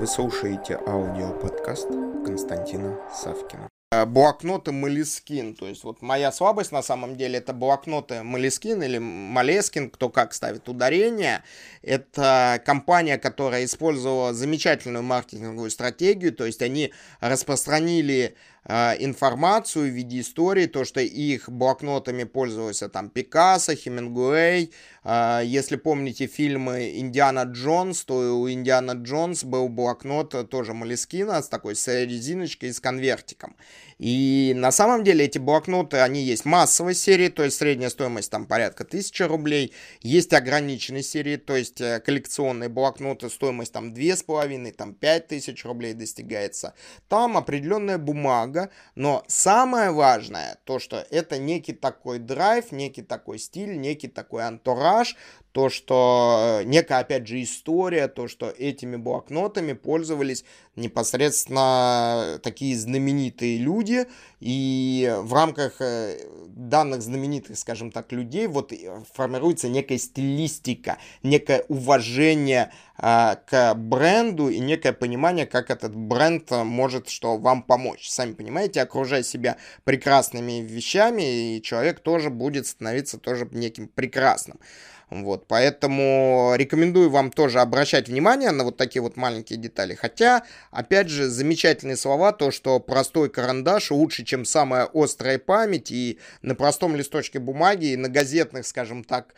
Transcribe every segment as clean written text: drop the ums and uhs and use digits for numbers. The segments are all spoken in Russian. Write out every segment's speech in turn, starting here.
Вы слушаете аудиоподкаст Константина Савкина. Блокноты Moleskine. То есть вот моя слабость на самом деле это блокноты Moleskine или Moleskine, кто как ставит ударение. Это компания, которая использовала замечательную маркетинговую стратегию. То есть они распространили информацию в виде истории, то, что их блокнотами пользовался там Пикассо, Хемингуэй. Если помните фильмы Индиана Джонс, то у Индиана Джонс был блокнот тоже Moleskine с такой с резиночкой и с конвертиком. И на самом деле эти блокноты, они есть массовой серии, то есть средняя стоимость там порядка 1000 рублей. Есть ограниченной серии, то есть коллекционные блокноты, стоимость там 2500, там 5000 рублей достигается. Там определенная бумага. Но самое важное, то, что это некий такой драйв, некий такой стиль, некий такой антураж, то, что некая, опять же, история, то, что этими блокнотами пользовались непосредственно такие знаменитые люди, и в рамках данных знаменитых, скажем так, людей вот формируется некая стилистика, некое уважение к бренду и некое понимание, как этот бренд может что вам помочь. Сами понимаете, окружая себя прекрасными вещами, и человек тоже будет становиться тоже неким прекрасным. Вот, поэтому рекомендую вам тоже обращать внимание на вот такие вот маленькие детали. Хотя, опять же, замечательные слова, то, что простой карандаш лучше, чем самая острая память, и на простом листочке бумаги, и на газетных, скажем так,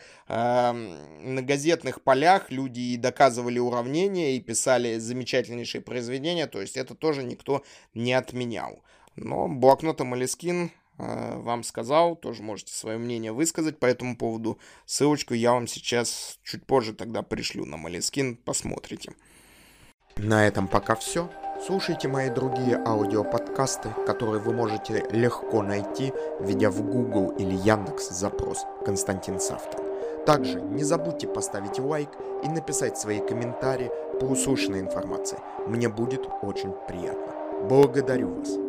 на газетных полях люди и доказывали уравнения, и писали замечательнейшие произведения, то есть это тоже никто не отменял. Но блокноты Moleskine вам сказал, тоже можете свое мнение высказать по этому поводу. Ссылочку я вам сейчас чуть позже тогда пришлю на Moleskine, посмотрите. На этом пока все. Слушайте мои другие аудиоподкасты, которые вы можете легко найти, введя в Google или Яндекс запрос «Константин Савкин». Также не забудьте поставить лайк и написать свои комментарии по услышанной информации. Мне будет очень приятно. Благодарю вас.